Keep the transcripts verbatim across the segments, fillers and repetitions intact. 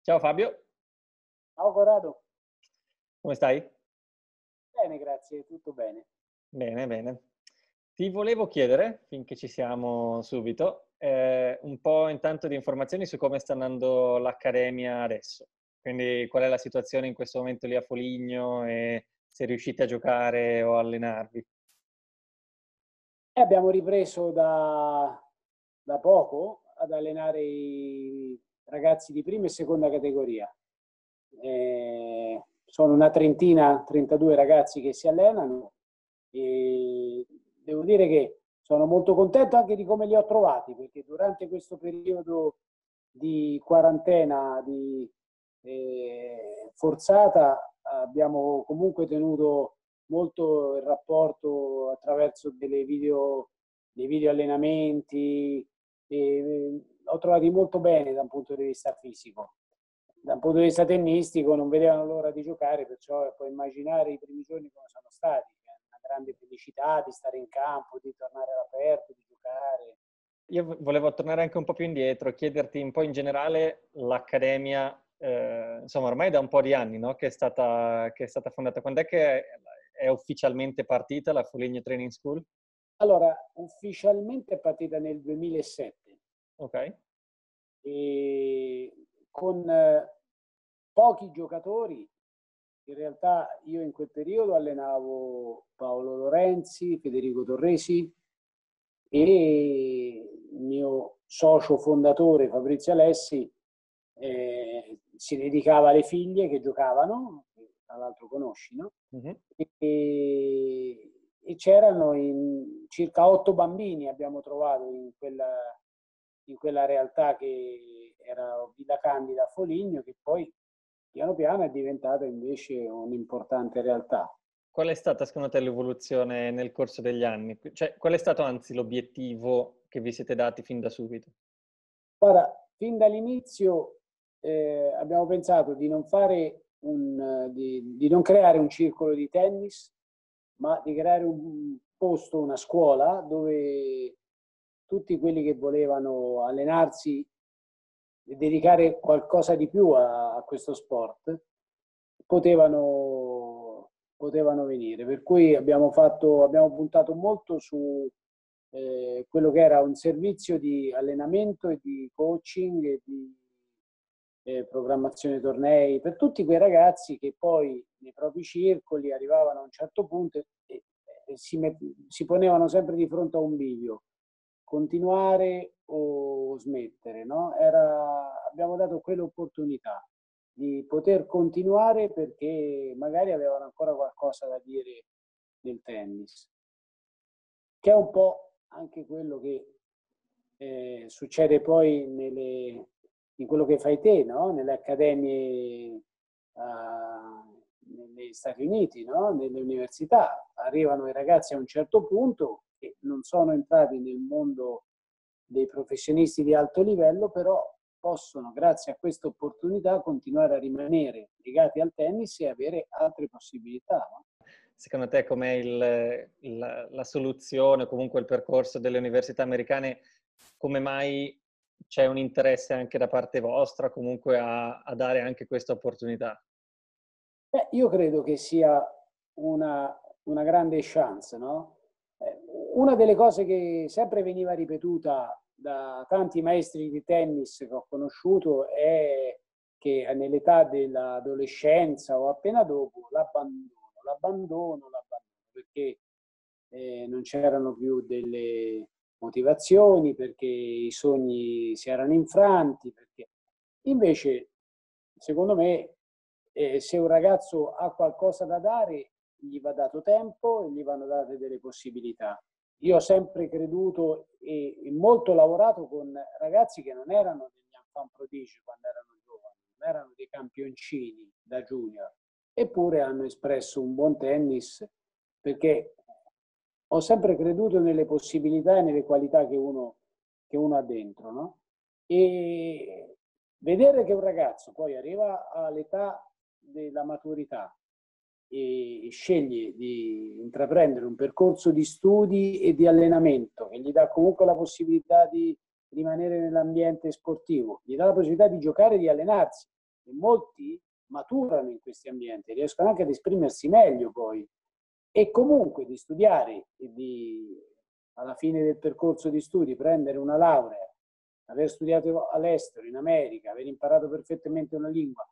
Ciao Fabio, Ciao Corrado, come stai? bene, grazie, tutto bene. Bene, bene. Ti volevo chiedere, finché ci siamo subito, eh, un po' intanto di informazioni su come sta andando l'Accademia adesso. Quindi qual è la situazione in questo momento lì a Foligno e se riuscite a giocare o allenarvi. E abbiamo ripreso da, da poco ad allenare i ragazzi di prima e seconda categoria. Eh, sono una trentina, trentadue ragazzi che si allenano e devo dire che sono molto contento anche di come li ho trovati, perché durante questo periodo di quarantena di, eh, forzata abbiamo comunque tenuto molto il rapporto attraverso delle video, dei video allenamenti e eh, ho trovati molto bene da un punto di vista fisico. Da un punto di vista tennistico non vedevano l'ora di giocare, perciò puoi immaginare i primi giorni come sono stati, una grande felicità di stare in campo, di tornare all'aperto, di giocare. Io v- volevo tornare anche un po' più indietro, chiederti un po' in generale l'Accademia, eh, insomma ormai da un po' di anni, no? Che è stata, che è stata fondata. Quando è che è, è ufficialmente partita la Foligno Training School? Allora, ufficialmente è partita nel duemilasette Ok. e con eh, pochi giocatori. In realtà io in quel periodo allenavo Paolo Lorenzi, Federico Torresi e il mio socio fondatore Fabrizio Alessi eh, si dedicava alle figlie che giocavano, che tra l'altro conosci, no? Mhm. E, e c'erano in, circa otto bambini abbiamo trovato in quella, in quella realtà che era Villa Candida a Foligno, che poi piano piano è diventata invece un'importante realtà. Qual è stata secondo te l'evoluzione nel corso degli anni? Cioè, qual è stato anzi l'obiettivo che vi siete dati fin da subito? Guarda, fin dall'inizio eh, abbiamo pensato di non fare un, di, di non creare un circolo di tennis, ma di creare un posto, una scuola dove tutti quelli che volevano allenarsi e dedicare qualcosa di più a, a questo sport potevano, potevano venire. Per cui abbiamo, fatto, abbiamo puntato molto su eh, quello che era un servizio di allenamento e di coaching e di eh, programmazione tornei per tutti quei ragazzi che poi nei propri circoli arrivavano a un certo punto e, e, e si, met- si ponevano sempre di fronte a un bivio, continuare o smettere, no? Era, abbiamo dato quell'opportunità di poter continuare perché magari avevano ancora qualcosa da dire nel tennis, che è un po' anche quello che eh, succede poi nelle, in quello che fai te, no? Nelle accademie uh, negli Stati Uniti, no? Nelle università. Arrivano i ragazzi a un certo punto che non sono entrati nel mondo dei professionisti di alto livello, però possono, grazie a questa opportunità, continuare a rimanere legati al tennis e avere altre possibilità. No? Secondo te com'è il, il, la soluzione o comunque il percorso delle università americane? Come mai c'è un interesse anche da parte vostra comunque a, a dare anche questa opportunità? Beh, io credo che sia una, una grande chance, no? Eh, una delle cose che sempre veniva ripetuta da tanti maestri di tennis che ho conosciuto è che nell'età dell'adolescenza o appena dopo l'abbandono, l'abbandono, l'abbandono, perché eh, non c'erano più delle motivazioni, perché i sogni si erano infranti, perché invece, secondo me, eh, se un ragazzo ha qualcosa da dare, gli va dato tempo e gli vanno date delle possibilità. Io ho sempre creduto e, e molto lavorato con ragazzi che non erano degli enfant prodige quando erano giovani, non erano dei campioncini da junior, eppure hanno espresso un buon tennis perché ho sempre creduto nelle possibilità e nelle qualità che uno, che uno ha dentro, no? E vedere che un ragazzo poi arriva all'età della maturità e sceglie di intraprendere un percorso di studi e di allenamento che gli dà comunque la possibilità di rimanere nell'ambiente sportivo, gli dà la possibilità di giocare e di allenarsi, e molti maturano in questi ambienti, riescono anche ad esprimersi meglio poi, e comunque di studiare e di, alla fine del percorso di studi, prendere una laurea, aver studiato all'estero, in America, aver imparato perfettamente una lingua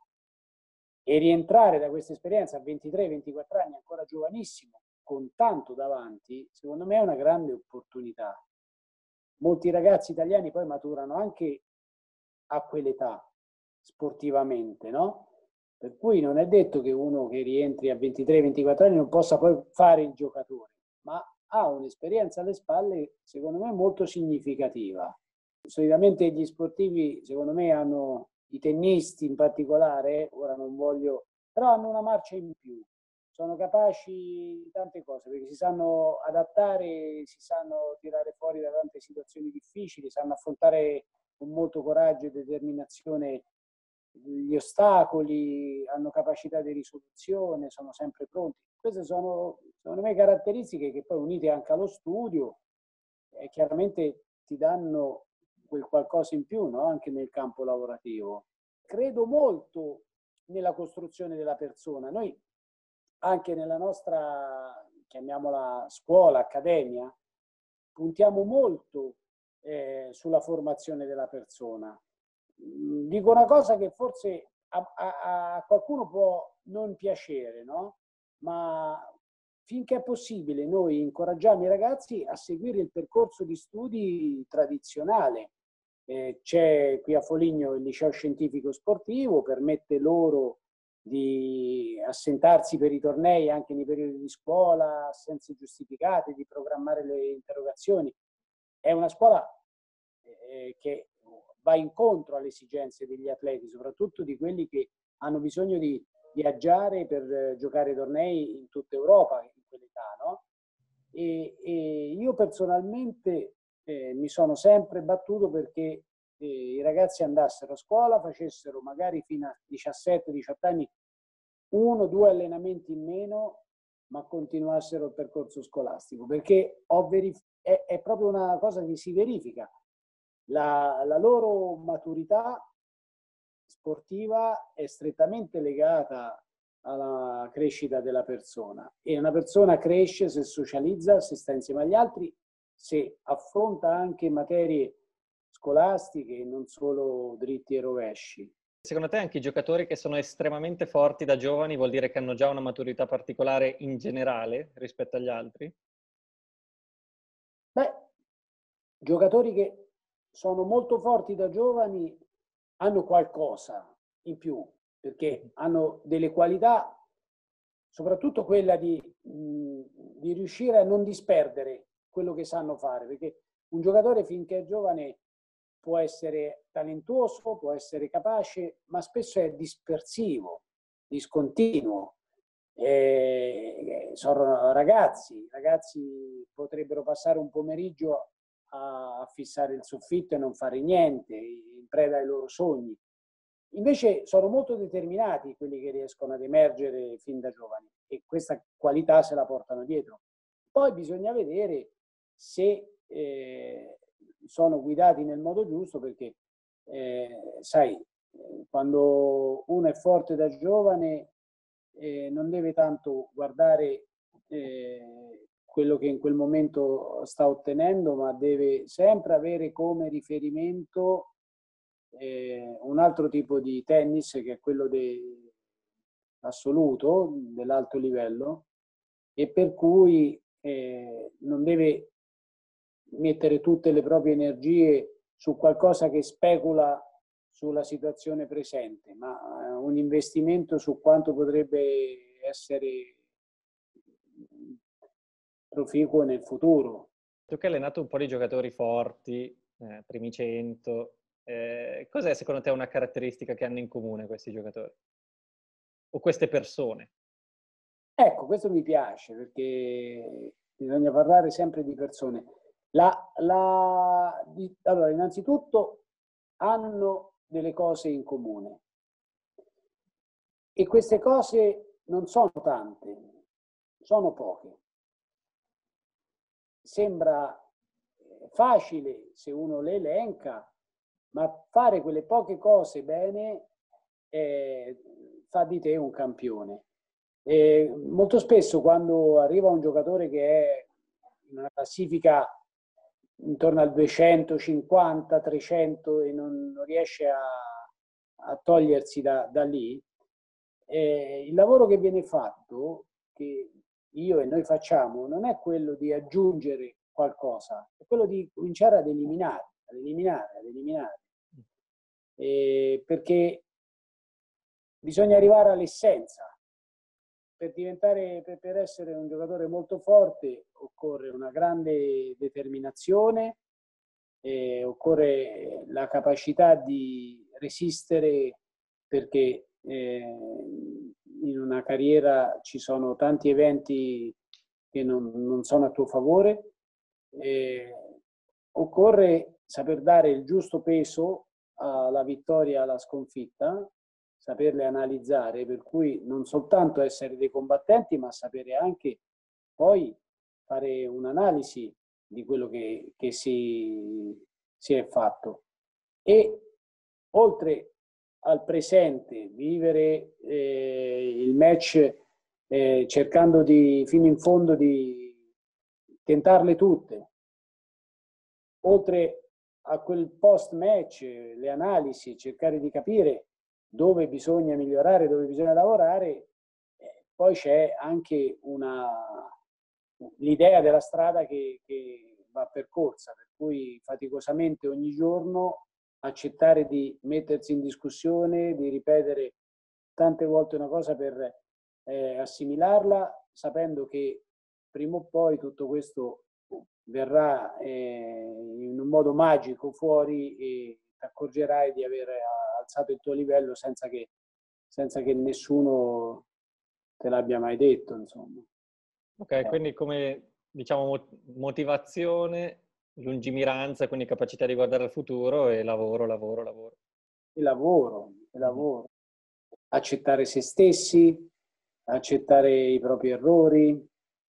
e rientrare da questa esperienza a ventitré ventiquattro anni, ancora giovanissimo, con tanto davanti, secondo me è una grande opportunità. Molti ragazzi italiani poi maturano anche a quell'età, sportivamente, no? Per cui non è detto che uno che rientri a ventitré ventiquattro anni non possa poi fare il giocatore, ma ha un'esperienza alle spalle, secondo me, molto significativa. Solitamente gli sportivi, secondo me, hanno, i tennisti in particolare, ora non voglio, però hanno una marcia in più, sono capaci di tante cose, perché si sanno adattare, si sanno tirare fuori da tante situazioni difficili, sanno affrontare con molto coraggio e determinazione gli ostacoli, hanno capacità di risoluzione, sono sempre pronti. Queste sono, secondo me, caratteristiche che poi, unite anche allo studio, eh, chiaramente ti danno quel qualcosa in più, no? Anche nel campo lavorativo. Credo molto nella costruzione della persona. Noi anche nella nostra, chiamiamola scuola, accademia, puntiamo molto eh, sulla formazione della persona. Dico una cosa che forse a, a, a qualcuno può non piacere, no? Ma finché è possibile noi incoraggiamo i ragazzi a seguire il percorso di studi tradizionale. Eh, c'è qui a Foligno il liceo scientifico sportivo, permette loro di assentarsi per i tornei anche nei periodi di scuola, assenze giustificate, di programmare le interrogazioni. È una scuola eh, che va incontro alle esigenze degli atleti, soprattutto di quelli che hanno bisogno di viaggiare per eh, giocare tornei in tutta Europa in quell'età, no? E, e io personalmente eh, mi sono sempre battuto perché eh, i ragazzi andassero a scuola, facessero magari fino a diciassette diciotto anni uno o due allenamenti in meno, ma continuassero il percorso scolastico, perché ho verif- è, è proprio una cosa che si verifica. La, la loro maturità sportiva è strettamente legata alla crescita della persona, e una persona cresce se socializza, se sta insieme agli altri, se affronta anche materie scolastiche e non solo dritti e rovesci. Secondo te anche i giocatori che sono estremamente forti da giovani vuol dire che hanno già una maturità particolare in generale rispetto agli altri? Beh, giocatori che sono molto forti da giovani hanno qualcosa in più, perché hanno delle qualità, soprattutto quella di, mh, di riuscire a non disperdere quello che sanno fare, perché un giocatore finché è giovane può essere talentuoso, può essere capace, ma spesso è dispersivo, discontinuo. Eh, sono ragazzi, ragazzi potrebbero passare un pomeriggio a, a fissare il soffitto e non fare niente, in preda ai loro sogni. Invece sono molto determinati quelli che riescono ad emergere fin da giovani, e questa qualità se la portano dietro. Poi bisogna vedere se eh, sono guidati nel modo giusto, perché eh, sai, quando uno è forte da giovane eh, non deve tanto guardare eh, quello che in quel momento sta ottenendo, ma deve sempre avere come riferimento eh, un altro tipo di tennis, che è quello de, assoluto, dell'alto livello, e per cui eh, non deve mettere tutte le proprie energie su qualcosa che specula sulla situazione presente, ma un investimento su quanto potrebbe essere proficuo nel futuro. Tu che hai allenato un po' di giocatori forti, eh, primi cento, eh, cos'è secondo te una caratteristica che hanno in comune questi giocatori? O queste persone? Ecco, questo mi piace, perché bisogna parlare sempre di persone. La, la, di, allora, innanzitutto hanno delle cose in comune, e queste cose non sono tante, sono poche. Sembra facile se uno le elenca, ma fare quelle poche cose bene eh, fa di te un campione. E molto spesso quando arriva un giocatore che è in una classifica intorno al duecentocinquanta trecento e non, non riesce a, a togliersi da, da lì, eh, il lavoro che viene fatto, che io e noi facciamo, non è quello di aggiungere qualcosa, è quello di cominciare ad eliminare, ad eliminare, ad eliminare. Eh, perché bisogna arrivare all'essenza. Per diventare, per, per essere un giocatore molto forte occorre una grande determinazione, eh, occorre la capacità di resistere, perché eh, in una carriera ci sono tanti eventi che non, non sono a tuo favore. Eh, occorre saper dare il giusto peso alla vittoria e alla sconfitta, saperle analizzare, per cui non soltanto essere dei combattenti, ma sapere anche poi fare un'analisi di quello che, che si, si è fatto. E oltre al presente, vivere eh, il match eh, cercando di, fino in fondo di tentarle tutte, oltre a quel post-match, le analisi, cercare di capire dove bisogna migliorare, dove bisogna lavorare, eh, poi c'è anche una, l'idea della strada che, che va percorsa, per cui faticosamente ogni giorno accettare di mettersi in discussione, di ripetere tante volte una cosa per eh, assimilarla, sapendo che prima o poi tutto questo verrà eh, in un modo magico fuori e ti accorgerai di aver alzato il tuo livello senza che, senza che nessuno te l'abbia mai detto, insomma. Ok, Eh. quindi come diciamo motivazione, lungimiranza, quindi capacità di guardare al futuro e lavoro, lavoro, lavoro. E lavoro, e lavoro. Accettare se stessi, accettare i propri errori,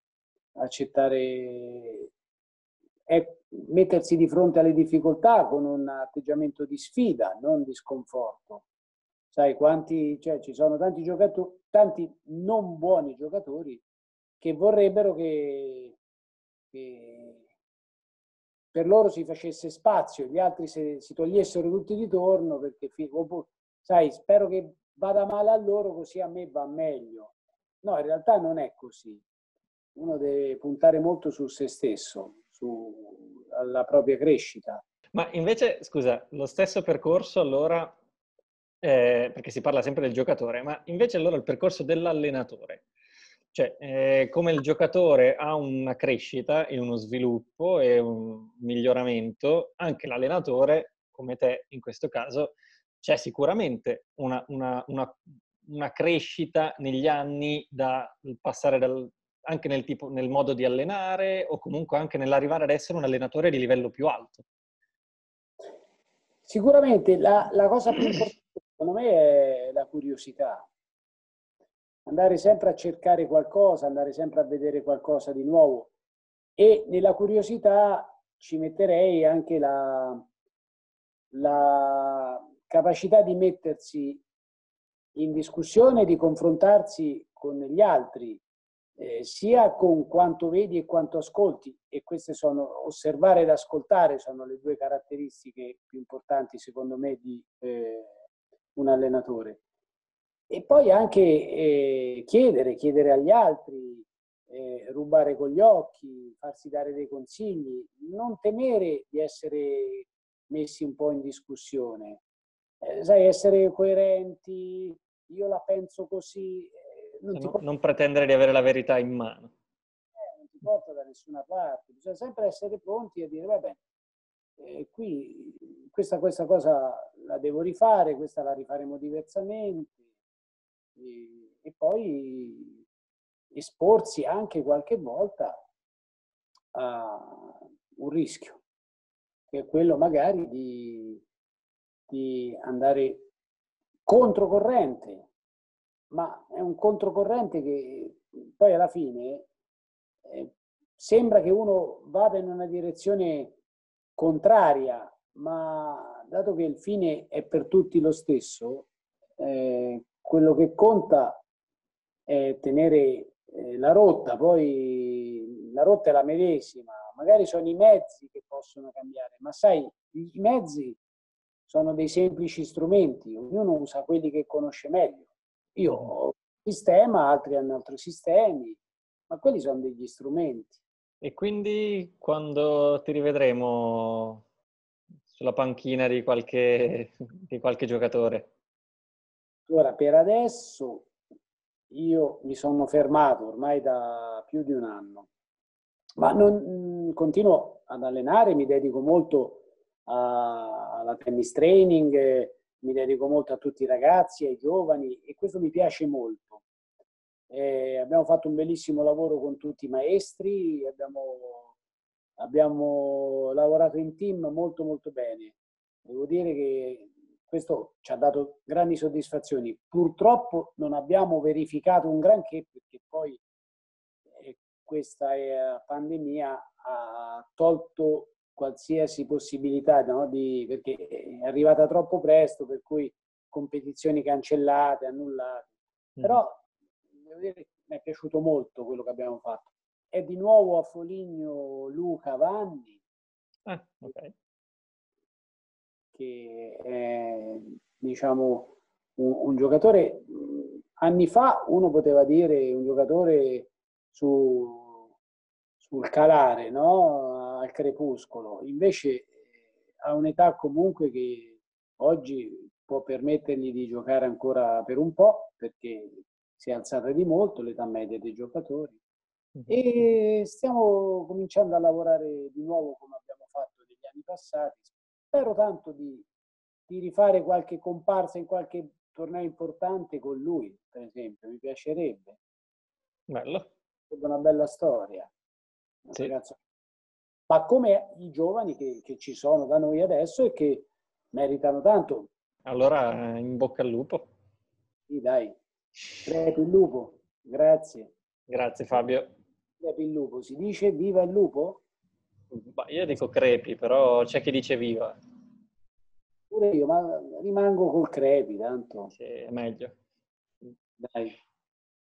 accettare, è mettersi di fronte alle difficoltà con un atteggiamento di sfida, non di sconforto. Sai quanti, cioè ci sono tanti giocatori, tanti non buoni giocatori che vorrebbero che, che per loro si facesse spazio, gli altri se, si togliessero tutti di torno, perché sai, spero che vada male a loro così a me va meglio. No, in realtà non è così. Uno deve puntare molto su se stesso, sulla propria crescita. Ma invece, scusa, lo stesso percorso allora, eh, perché si parla sempre del giocatore, ma invece allora il percorso dell'allenatore. Cioè, eh, come il giocatore ha una crescita e uno sviluppo e un miglioramento, anche l'allenatore, come te in questo caso, c'è sicuramente una, una, una, una crescita negli anni da passare dal, anche nel, tipo, nel modo di allenare o comunque anche nell'arrivare ad essere un allenatore di livello più alto. Sicuramente la, la cosa più importante secondo me è la curiosità. Andare sempre a cercare qualcosa, andare sempre a vedere qualcosa di nuovo. E nella curiosità ci metterei anche la, la capacità di mettersi in discussione, di confrontarsi con gli altri, eh, sia con quanto vedi e quanto ascolti, e queste sono osservare ed ascoltare, sono le due caratteristiche più importanti secondo me di eh, un allenatore. E poi anche eh, chiedere, chiedere agli altri, eh, rubare con gli occhi, farsi dare dei consigli, non temere di essere messi un po' in discussione. Eh, sai, essere coerenti, io la penso così. Eh, non, Cioè, ti no, porta, non pretendere di avere la verità in mano. eh, non ti porta da nessuna parte, bisogna sempre essere pronti a dire, vabbè, eh, qui questa, questa cosa la devo rifare, questa la rifaremo diversamente. E, e poi esporsi anche qualche volta a un rischio, che è quello magari di, di andare controcorrente, ma è un controcorrente che poi alla fine eh, sembra che uno vada in una direzione contraria, ma dato che il fine è per tutti lo stesso, eh, quello che conta è tenere eh, la rotta, poi la rotta è la medesima, magari sono i mezzi che possono cambiare, ma sai, i mezzi sono dei semplici strumenti, ognuno usa quelli che conosce meglio. Io ho un sistema, altri hanno altri sistemi, ma quelli sono degli strumenti. E quindi quando ti rivedremo sulla panchina di qualche, di qualche giocatore? Ora, per adesso io mi sono fermato ormai da più di un anno, ma non, continuo ad allenare, mi dedico molto a- alla tennis training, eh, mi dedico molto a tutti i ragazzi, ai giovani e questo mi piace molto. Eh, abbiamo fatto un bellissimo lavoro con tutti i maestri, abbiamo, abbiamo lavorato in team molto molto bene. Devo dire che questo ci ha dato grandi soddisfazioni. Purtroppo non abbiamo verificato un granché perché poi eh, questa eh, pandemia ha tolto qualsiasi possibilità, no? Di, perché è arrivata troppo presto, per cui competizioni cancellate, annullate. Però devo dire che mi è piaciuto molto quello che abbiamo fatto. È di nuovo a Foligno Luca Vanni, Ah, ok. che è, diciamo, un, un giocatore, anni fa uno poteva dire un giocatore su, sul calare, no? Al crepuscolo, invece ha un'età comunque che oggi può permettergli di giocare ancora per un po', perché si è alzata di molto l'età media dei giocatori. E stiamo cominciando a lavorare di nuovo come abbiamo fatto negli anni passati. Spero tanto di, di rifare qualche comparsa in qualche torneo importante con lui, per esempio, mi piacerebbe. Bello. È una bella storia. Un Sì. ragazzo. Ma come i giovani che, che ci sono da noi adesso e che meritano tanto. Allora, in bocca al lupo. Sì, dai. Crepi il lupo. Grazie. Grazie Fabio. Crepi il lupo. Si dice viva il lupo? Bah, io dico crepi, però c'è chi dice viva. Pure io, ma rimango col crepi, tanto. Sì, è meglio. Dai.